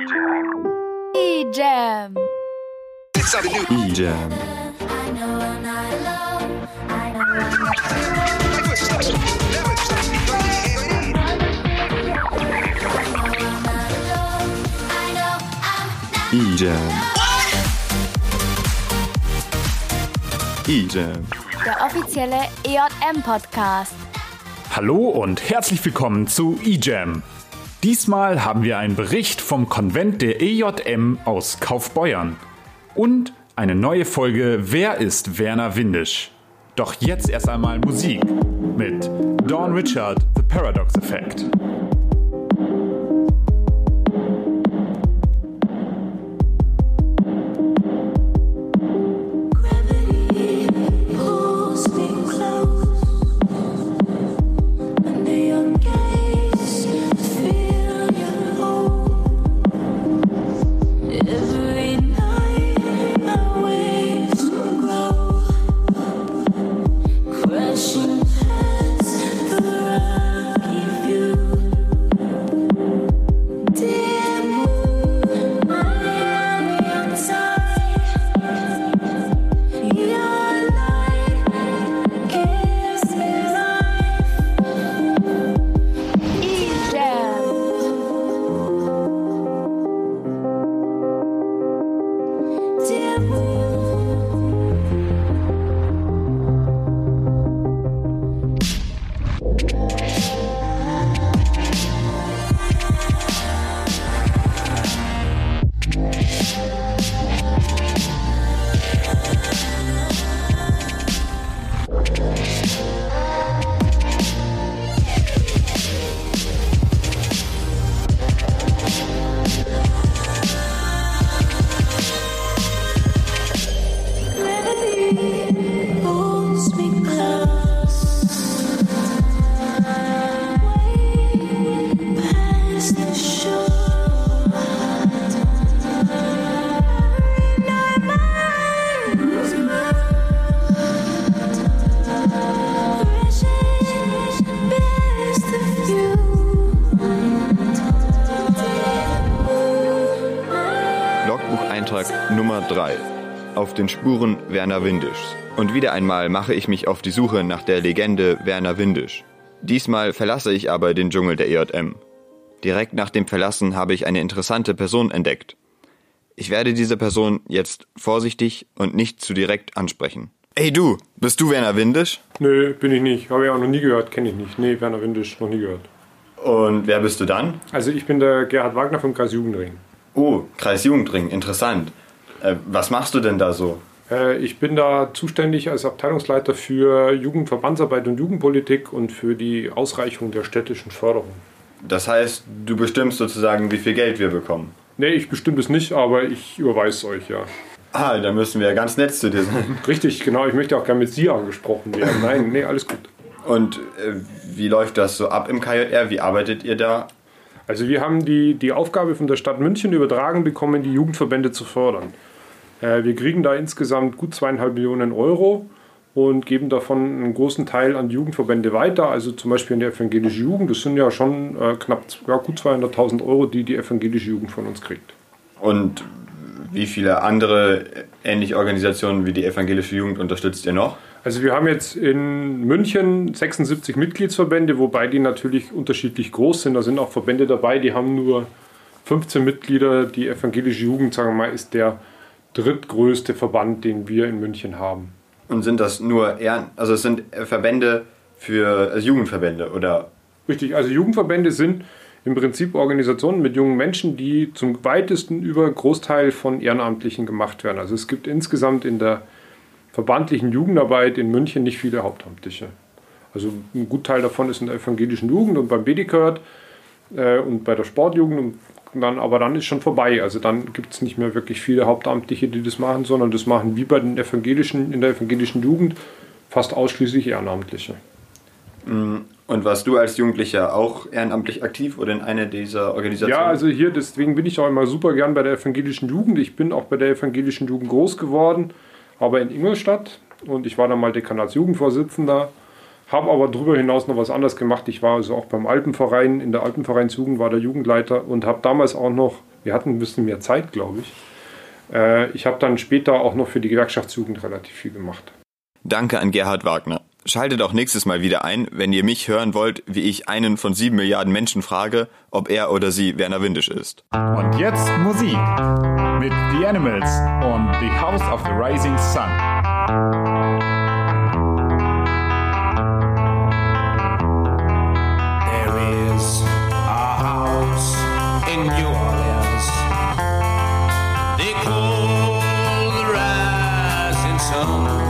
E-Jam. E-Jam. E-Jam. E-Jam. Der offizielle EJM-Podcast. Hallo und herzlich willkommen zu E-Jam. Diesmal haben wir einen Bericht vom Konvent der EJM aus Kaufbeuern und eine neue Folge Wer ist Werner Windisch? Doch jetzt erst einmal Musik mit Dawn Richard, The Paradox Effect. Logbucheintrag Nummer 3. Auf den Spuren Werner Windischs. Und wieder einmal mache ich mich auf die Suche nach der Legende Werner Windisch. Diesmal verlasse ich aber den Dschungel der EJM. Direkt nach dem Verlassen habe ich eine interessante Person entdeckt. Ich werde diese Person jetzt vorsichtig und nicht zu direkt ansprechen. Hey du, bist du Werner Windisch? Nö, bin ich nicht. Habe ich auch noch nie gehört, kenne ich nicht. Nee, Werner Windisch, noch nie gehört. Und wer bist du dann? Also ich bin der Gerhard Wagner vom Kreis Jugendring. Oh, Kreis Jugendring, interessant. Was machst du denn da so? Ich bin da zuständig als Abteilungsleiter für Jugendverbandsarbeit und Jugendpolitik und für die Ausreichung der städtischen Förderung. Das heißt, du bestimmst sozusagen, wie viel Geld wir bekommen? Nee, ich bestimme es nicht, aber ich überweise es euch, ja. Ah, da müssen wir ja ganz nett zu dir sein. Richtig, genau. Ich möchte auch gerne mit Sie angesprochen werden. Nein, nee, alles gut. Und wie läuft das so ab im KJR? Wie arbeitet ihr da? Also wir haben die Aufgabe von der Stadt München übertragen bekommen, die Jugendverbände zu fördern. Wir kriegen da insgesamt gut 2,5 Millionen Euro und geben davon einen großen Teil an die Jugendverbände weiter. Also zum Beispiel an die evangelische Jugend. Das sind ja schon gut 200.000 Euro, die die evangelische Jugend von uns kriegt. Und wie viele andere ähnliche Organisationen wie die evangelische Jugend unterstützt ihr noch? Also wir haben jetzt in München 76 Mitgliedsverbände, wobei die natürlich unterschiedlich groß sind. Da sind auch Verbände dabei, die haben nur 15 Mitglieder. Die evangelische Jugend, sagen wir mal, ist der drittgrößte Verband, den wir in München haben. Und sind das nur also es sind Verbände für Jugendverbände, oder? Richtig, also Jugendverbände sind im Prinzip Organisationen mit jungen Menschen, die zum weitesten über Großteil von Ehrenamtlichen gemacht werden. Also es gibt insgesamt in der verbandlichen Jugendarbeit in München nicht viele Hauptamtliche. Also ein Gutteil davon ist in der evangelischen Jugend und beim BDKÖRT und bei der Sportjugend. Und dann ist schon vorbei. Also dann gibt es nicht mehr wirklich viele Hauptamtliche, die das machen, sondern das machen wie in der evangelischen Jugend fast ausschließlich Ehrenamtliche. Und warst du als Jugendlicher auch ehrenamtlich aktiv oder in einer dieser Organisationen? Ja, also hier, deswegen bin ich auch immer super gern bei der evangelischen Jugend. Ich bin auch bei der evangelischen Jugend groß geworden, aber in Ingolstadt. Und ich war dann mal Dekanatsjugendvorsitzender, habe aber darüber hinaus noch was anderes gemacht. Ich war also auch beim Alpenverein, in der Alpenvereinsjugend war der Jugendleiter und habe damals auch noch Wir hatten ein bisschen mehr Zeit, glaube ich. Ich habe dann später auch noch für die Gewerkschaftsjugend relativ viel gemacht. Danke an Gerhard Wagner. Schaltet auch nächstes Mal wieder ein, wenn ihr mich hören wollt, wie ich einen von 7 Milliarden Menschen frage, ob er oder sie Werner Windisch ist. Und jetzt Musik mit The Animals und The House of the Rising Sun. There is a house in New Orleans they call the Rising Sun.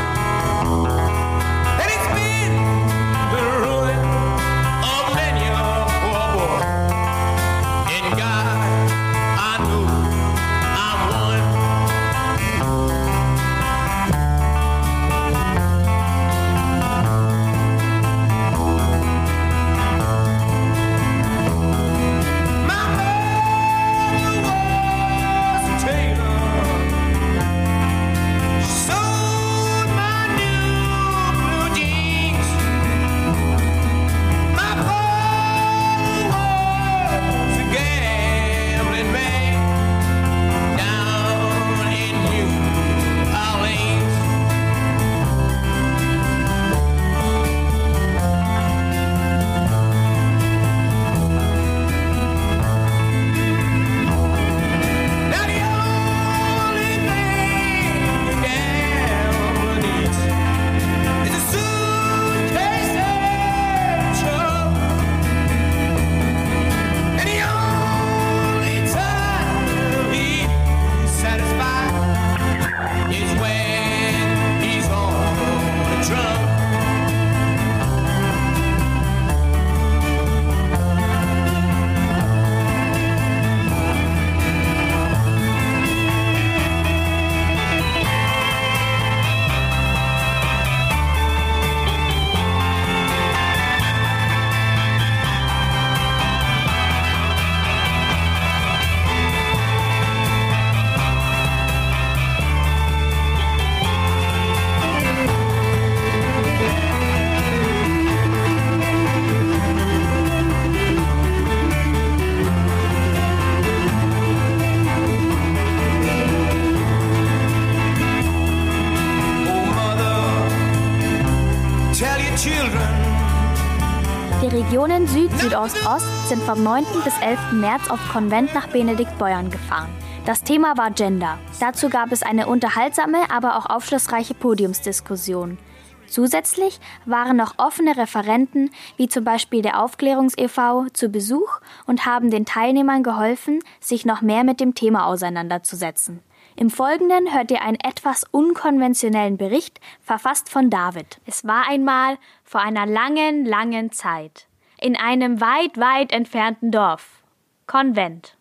Die Regionen Süd, Südost, Ost sind vom 9. bis 11. März auf Konvent nach Benediktbeuern gefahren. Das Thema war Gender. Dazu gab es eine unterhaltsame, aber auch aufschlussreiche Podiumsdiskussion. Zusätzlich waren noch offene Referenten, wie zum Beispiel der Aufklärungs-e.V., zu Besuch und haben den Teilnehmern geholfen, sich noch mehr mit dem Thema auseinanderzusetzen. Im Folgenden hört ihr einen etwas unkonventionellen Bericht, verfasst von David. Es war einmal vor einer langen, langen Zeit in einem weit, weit entfernten Dorf. Konvent.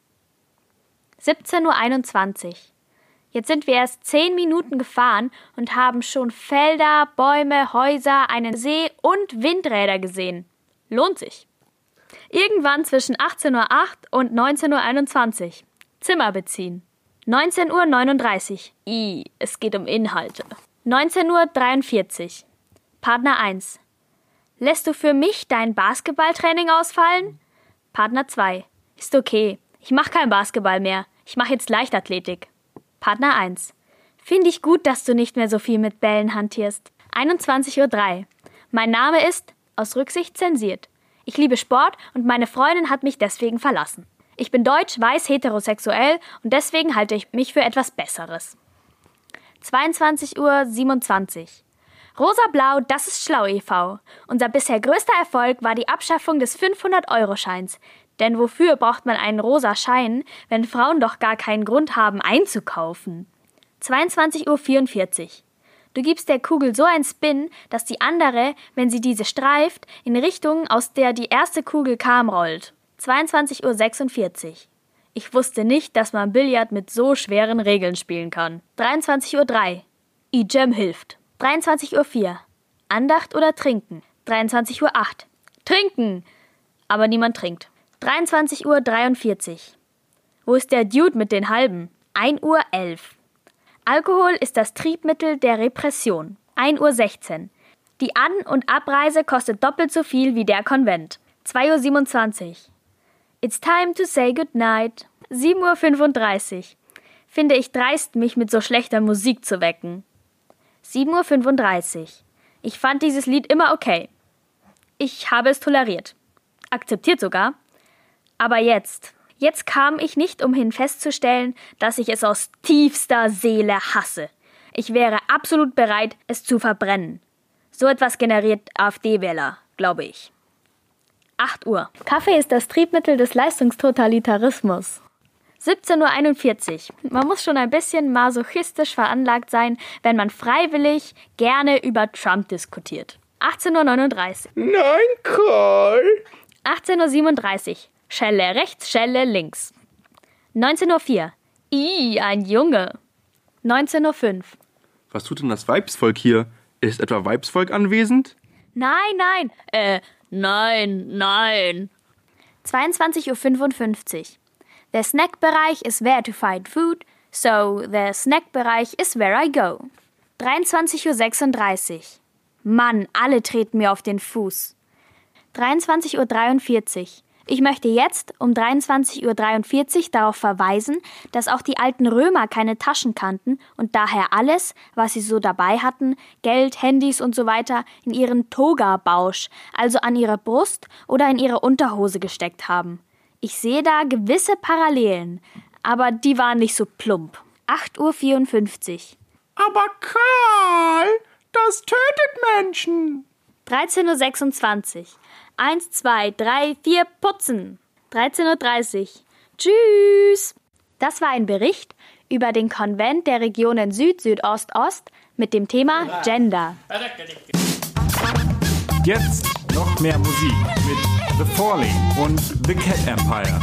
17:21 Uhr. Jetzt sind wir erst 10 Minuten gefahren und haben schon Felder, Bäume, Häuser, einen See und Windräder gesehen. Lohnt sich. Irgendwann zwischen 18:08 Uhr und 19:21 Uhr. Zimmer beziehen. 19:39 Uhr. Es geht um Inhalte. 19:43 Uhr. Partner 1. Lässt du für mich dein Basketballtraining ausfallen? Partner 2. Ist okay. Ich mache kein Basketball mehr. Ich mache jetzt Leichtathletik. Partner 1. Finde ich gut, dass du nicht mehr so viel mit Bällen hantierst. 21:03 Uhr. Mein Name ist, aus Rücksicht zensiert. Ich liebe Sport und meine Freundin hat mich deswegen verlassen. Ich bin deutsch, weiß, heterosexuell und deswegen halte ich mich für etwas Besseres. 22:27 Uhr. Rosa-Blau, das ist schlau e.V. Unser bisher größter Erfolg war die Abschaffung des 500-Euro-Scheins. Denn wofür braucht man einen rosa Schein, wenn Frauen doch gar keinen Grund haben, einzukaufen? 22:44 Uhr. Du gibst der Kugel so einen Spin, dass die andere, wenn sie diese streift, in Richtung, aus der die erste Kugel kam, rollt. 22:46 Uhr. Ich wusste nicht, dass man Billard mit so schweren Regeln spielen kann. 23:03 Uhr. E-Jam hilft. 23:04 Uhr. Andacht oder trinken? 23:08 Uhr. Trinken! Aber niemand trinkt. 23:43 Uhr. Wo ist der Dude mit den Halben? 1:11 Uhr. Alkohol ist das Triebmittel der Repression. 1:16 Uhr. Die An- und Abreise kostet doppelt so viel wie der Konvent. 2:27 Uhr. It's time to say goodnight. 7:35 Uhr. Finde ich dreist, mich mit so schlechter Musik zu wecken. 7:35 Uhr. Ich fand dieses Lied immer okay. Ich habe es toleriert. Akzeptiert sogar. Aber jetzt kam ich nicht umhin festzustellen, dass ich es aus tiefster Seele hasse. Ich wäre absolut bereit, es zu verbrennen. So etwas generiert AfD-Wähler, glaube ich. 8 Uhr. Kaffee ist das Triebmittel des Leistungstotalitarismus. 17:41 Uhr. Man muss schon ein bisschen masochistisch veranlagt sein, wenn man freiwillig gerne über Trump diskutiert. 18:39 Uhr. Nein, Karl! 18:37 Uhr. Schelle rechts, Schelle links. 19:04 Uhr. Ein Junge. 19:05 Uhr. Was tut denn das Weibsvolk hier? Ist etwa Weibsvolk anwesend? Nein. Nein. 22:55 Uhr. Der Snackbereich is where to find food, so the Snackbereich is where I go. 23:36 Uhr. Mann, alle treten mir auf den Fuß. 23:43 Uhr. Ich möchte jetzt um 23:43 Uhr darauf verweisen, dass auch die alten Römer keine Taschen kannten und daher alles, was sie so dabei hatten, Geld, Handys und so weiter, in ihren Toga-Bausch, also an ihre Brust oder in ihre Unterhose gesteckt haben. Ich sehe da gewisse Parallelen, aber die waren nicht so plump. 8:54 Uhr. Aber Karl, das tötet Menschen. 13:26 Uhr. 1, 2, 3, 4, putzen. 13:30 Uhr. Tschüss. Das war ein Bericht über den Konvent der Regionen Süd, Südost, Ost mit dem Thema Gender. Jetzt noch mehr Musik mit The Falling und The Cat Empire.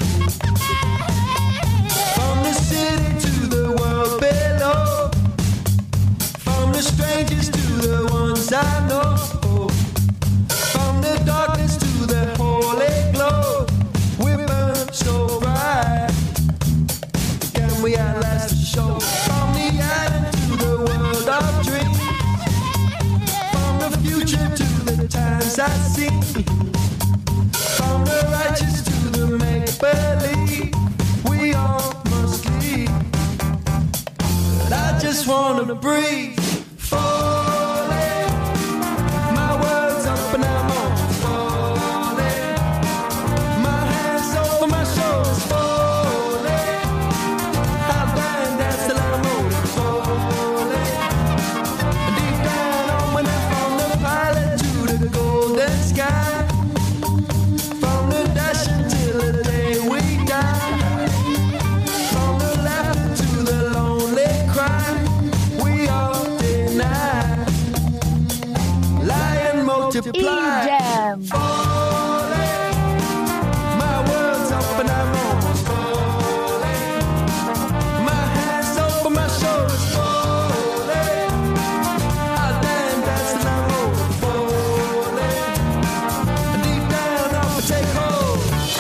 From the city to the world below, from the strangers to the ones I know, from the darkness to the holy glow, we burn so bright. Can we at last show? From the island to the world of dreams, from the future to the times I see, from the righteous to the make-believe, we all must leave. But I just wanna breathe. Falling, my world's up and I'm on. Falling, my hands over my shoulders. Falling, I'll blind dance till I'm old. Falling, deep down on my neck, from the pilot to the golden sky, from the dash until the day we die, from the laughter to the lonely cry, we all deny, lie and multiply. E-Jam. Falling, my world's up and I'm on. Falling, my hands over my shoulders. Falling, I dance till I'm old. Falling, deep down I'll take hold.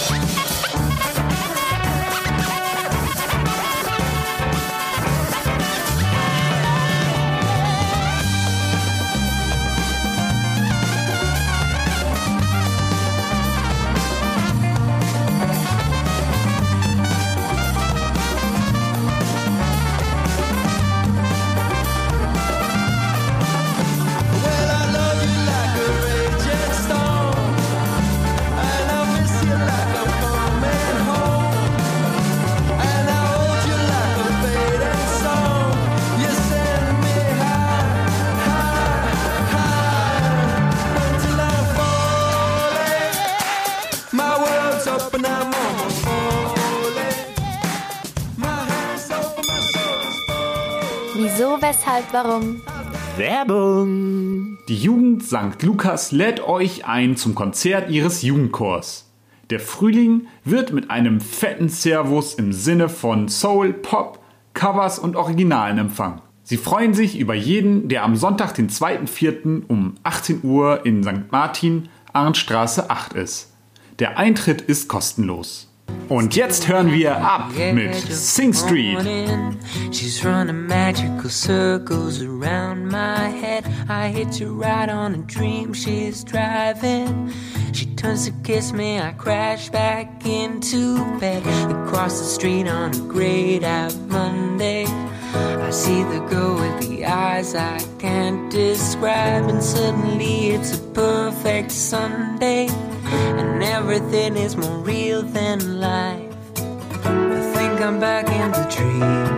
Well, I love you like a raging storm, and I miss you like I'm coming home, and I hold you like a fading song. You send me high, high, high, until I'm falling. My world's up and I'm almost falling. My hands over my shoulders. Wieso, weshalb, warum? Werbung! Die Jugend St. Lukas lädt euch ein zum Konzert ihres Jugendchors. Der Frühling wird mit einem fetten Servus im Sinne von Soul, Pop, Covers und Originalen empfangen. Sie freuen sich über jeden, der am Sonntag, den 2.4. um 18 Uhr in St. Martin, Arndtstraße 8 ist. Der Eintritt ist kostenlos. Und jetzt hören wir ab mit Sing Street. She's running magical circles around my head. I hit you right on a dream she's driving. She turns to kiss me, I crash back into bed. Across the street on a grayed out Monday, I see the girl with the eyes I can't describe, and suddenly it's a perfect Sunday, and everything is more real than life. I think I'm back in the dream,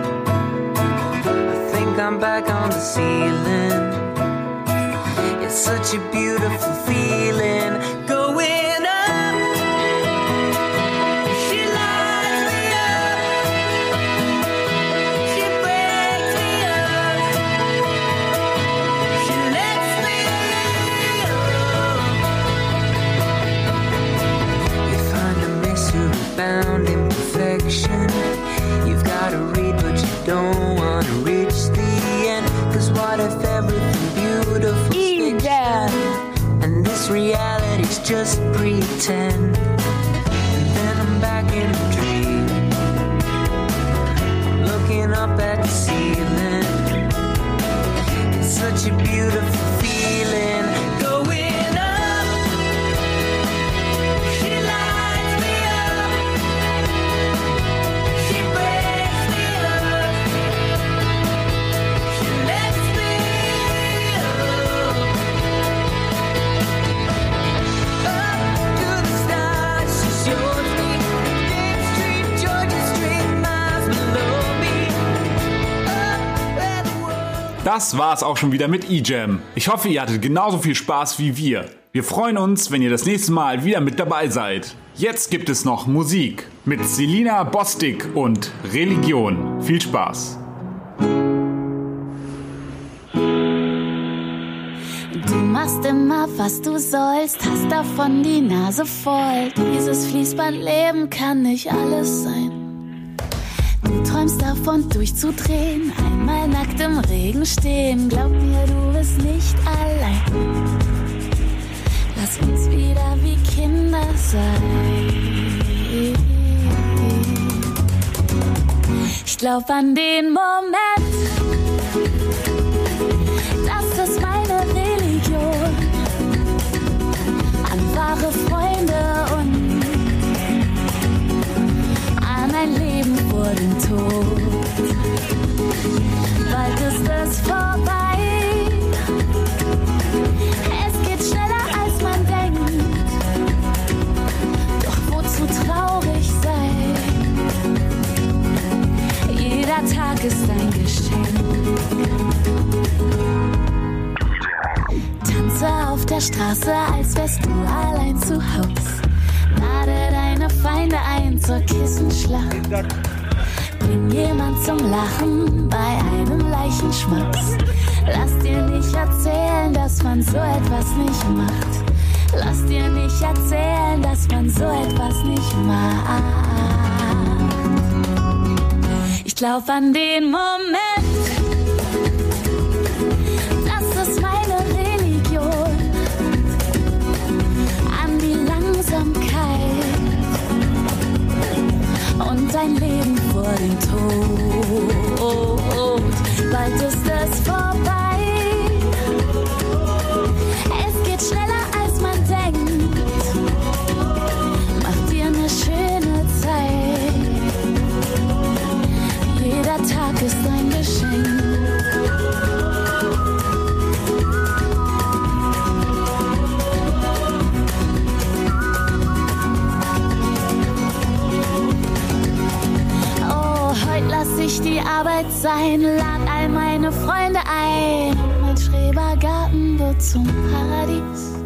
I think I'm back on the ceiling. It's such a beautiful feeling, going up. She lights me up, she breaks me up, she lets me up. You find a misery bound in perfection. You've got to read but you don't want to reach the end. 'Cause what if everything beautiful and this reality's just pretend? And then I'm back in the dream, looking up at the ceiling. It's such a beautiful feeling, going up. She lights me up, she breaks me up, she lets me up. Das war's auch schon wieder mit eJam. Ich hoffe, ihr hattet genauso viel Spaß wie wir. Wir freuen uns, wenn ihr das nächste Mal wieder mit dabei seid. Jetzt gibt es noch Musik mit Selina Bostik und Religion. Viel Spaß. Du machst immer, was du sollst, hast davon die Nase voll. Dieses Fließbandleben kann nicht alles sein. Du träumst davon, durchzudrehen, einmal nackt im Regen stehen. Glaub mir, du bist nicht allein. Lass uns wieder wie Kinder sein. Ich glaub an den Moment, das ist meine Religion. An wahre Freunde und an ein Leben vor dem Tod. Bald ist es vorbei. Es geht schneller als man denkt. Doch wozu traurig sein? Jeder Tag ist ein Geschenk. Tanze auf der Straße, als wärst du allein zu Haus. Lade deine Feinde ein zur Kissenschlacht. Bring jemand zum Lachen bei einem Leichenschmaus. Lass dir nicht erzählen, dass man so etwas nicht macht. Lass dir nicht erzählen, dass man so etwas nicht macht. Ich glaub an den Moment, das ist meine Religion. An die Langsamkeit und ein Leben vor dem Tod. Bald ist es vorbei. Es geht schneller als man denkt. Mach dir eine schöne Zeit. Jeder Tag ist ein Geschenk. Heute lass ich die Arbeit sein, lad all meine Freunde ein. Mein Schrebergarten wird zum Paradies.